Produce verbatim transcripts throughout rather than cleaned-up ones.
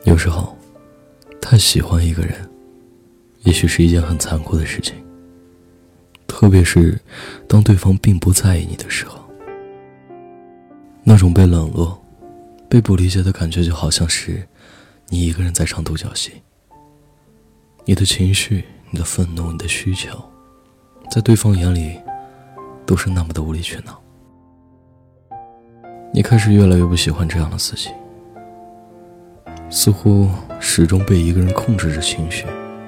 有时候太喜欢一个人也许是一件很残酷的事情，特别是当对方并不在意你的时候，那种被冷落被不理解的感觉，就好像是你一个人在唱独角戏，你的情绪，你的愤怒，你的需求，在对方眼里都是那么的无理取闹。你开始越来越不喜欢这样的自己，似乎始终被一个人控制着情绪。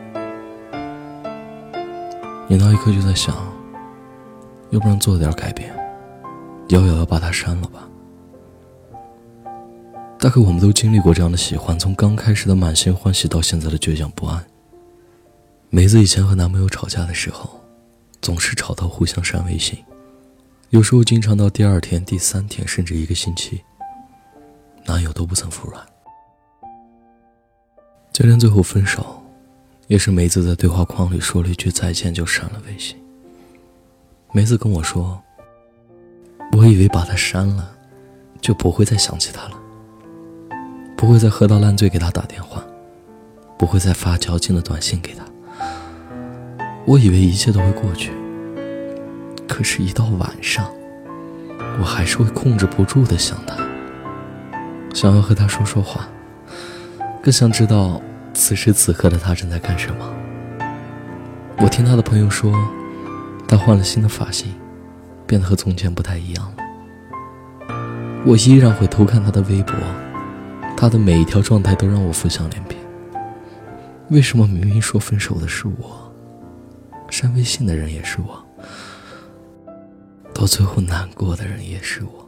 你那一刻就在想，要不然做点改变，要不要把它删了吧。大概我们都经历过这样的喜欢，从刚开始的满心欢喜到现在的倔强不安。梅子以前和男朋友吵架的时候，总是吵到互相删微信，有时候经常到第二天、第三天，甚至一个星期，男友都不曾服软。就连最后分手，也是梅子在对话框里说了一句再见就删了微信。梅子跟我说，我以为把他删了就不会再想起他了，不会再喝到烂醉给他打电话，不会再发矫情的短信给他，我以为一切都会过去。可是一到晚上，我还是会控制不住的想他，想要和他说说话，更想知道此时此刻的他正在干什么。我听他的朋友说，他换了新的发型，变得和从前不太一样了。我依然会偷看他的微博，他的每一条状态都让我浮想联翩。为什么明明说分手的是我，删微信的人也是我，到最后难过的人也是我。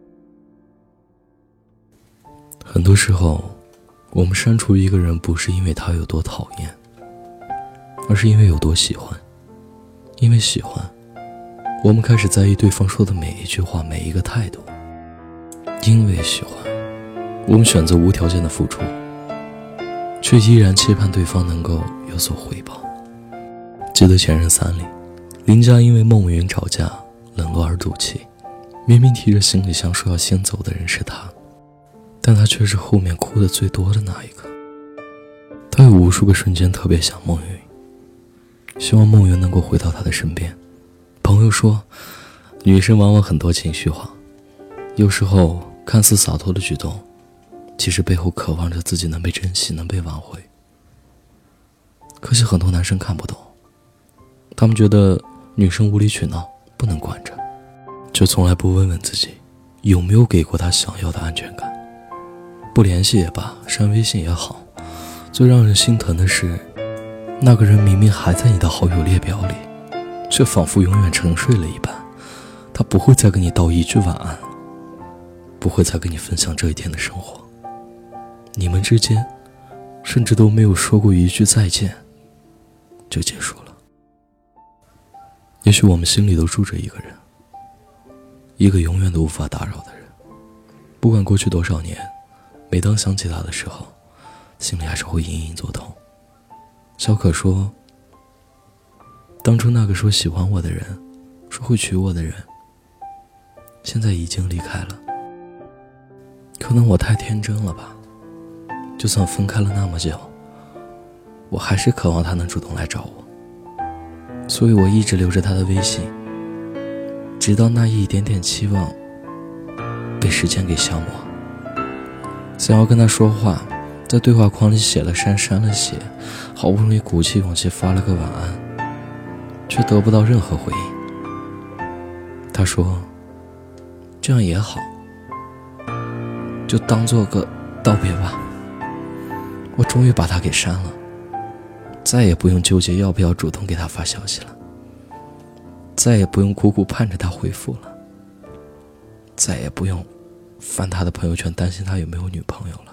很多时候我们删除一个人，不是因为他有多讨厌，而是因为有多喜欢。因为喜欢，我们开始在意对方说的每一句话，每一个态度。因为喜欢，我们选择无条件的付出，却依然期盼对方能够有所回报。记得《前任三》里，林佳因为孟云吵架冷落而赌气，明明提着行李箱说要先走的人是他，但他却是后面哭得最多的那一个。他有无数个瞬间特别想孟云，希望孟云能够回到他的身边。朋友说，女生往往很多情绪化，有时候看似洒脱的举动，其实背后渴望着自己能被珍惜，能被挽回。可惜很多男生看不懂，他们觉得女生无理取闹不能惯着，却从来不问问自己有没有给过他想要的安全感。不联系也罢，删微信也好，最让人心疼的是，那个人明明还在你的好友列表里，却仿佛永远沉睡了一般。他不会再跟你道一句晚安了，不会再跟你分享这一天的生活，你们之间甚至都没有说过一句再见就结束了。也许我们心里都住着一个人，一个永远都无法打扰的人，不管过去多少年，每当想起他的时候，心里还是会隐隐作痛。小可说，当初那个说喜欢我的人，说会娶我的人，现在已经离开了。可能我太天真了吧，就算分开了那么久，我还是渴望他能主动来找我，所以我一直留着他的微信，直到那一点点期望被时间给消磨。想要跟他说话，在对话框里写了删，删了写，好不容易鼓起勇气发了个晚安，却得不到任何回应。他说，这样也好，就当做个道别吧。我终于把他给删了，再也不用纠结要不要主动给他发消息了，再也不用苦苦盼着他回复了，再也不用翻他的朋友圈担心他有没有女朋友了。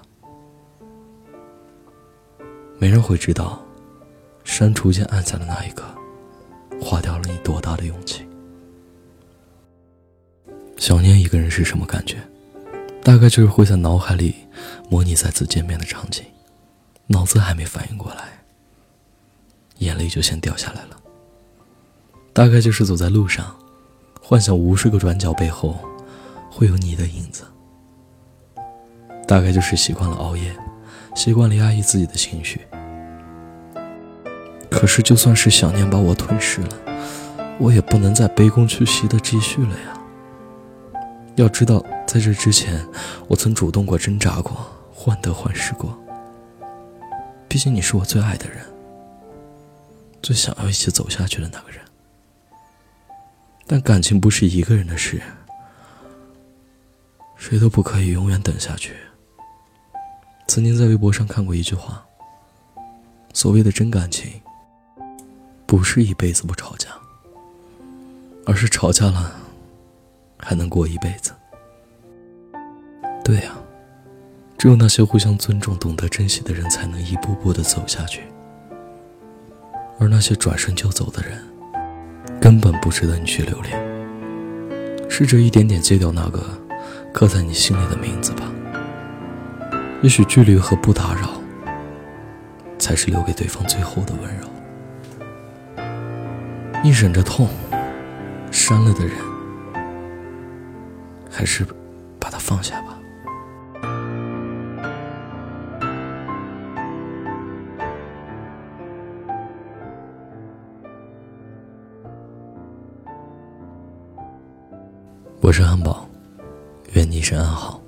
没人会知道，删除键按下的那一刻，花掉了你多大的勇气。想念一个人是什么感觉？大概就是会在脑海里模拟再次见面的场景，脑子还没反应过来，眼泪就先掉下来了。大概就是走在路上，幻想无数个转角背后会有你的影子。大概就是习惯了熬夜， 习惯了压抑自己的情绪。可是就算是想念把我吞噬了，我也不能再卑躬屈膝的继续了呀。要知道，在这之前，我曾主动过、挣扎过、患得患失过。毕竟你是我最爱的人，最想要一起走下去的那个人。但感情不是一个人的事，谁都不可以永远等下去。曾经在微博上看过一句话，所谓的真感情，不是一辈子不吵架，而是吵架了还能过一辈子。对呀，只有那些互相尊重、懂得珍惜的人，才能一步步地走下去。而那些转身就走的人，根本不值得你去留恋。试着一点点戒掉那个刻在你心里的名字吧。也许距离和不打扰，才是留给对方最后的温柔。你忍着痛删了的人，还是把它放下吧。我是安宝，愿你一生安好。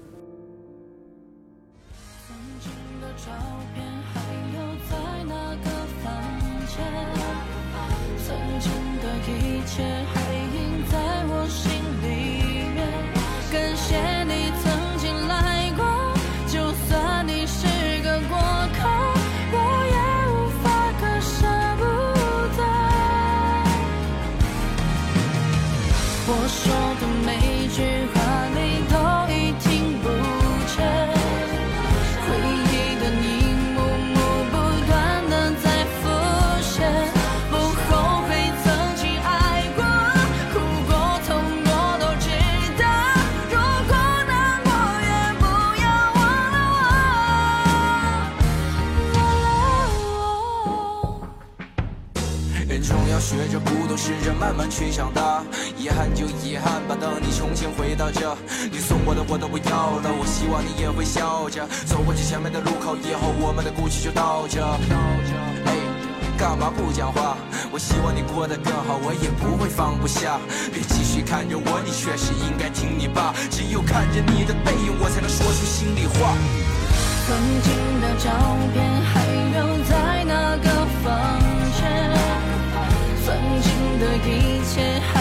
一切还印在我心里面，感谢你曾经来过，就算你是个过客，我也无法割舍不得。我说的每句话你都已听不见，回忆的你幕幕不断的在浮现，不后悔学着孤独，试着慢慢去长大，遗憾就遗憾吧，等你重新回到这，你送我的我都不要了，我希望你也会笑着走过去前面的路口，以后我们的故事就到这。哎，干嘛不讲话？我希望你过得更好，我也不会放不下。别继续看着我，你确实应该听你爸，只有看着你的背影，我才能说出心里话。 曾经的照片还留在那个房间，曾经的一切还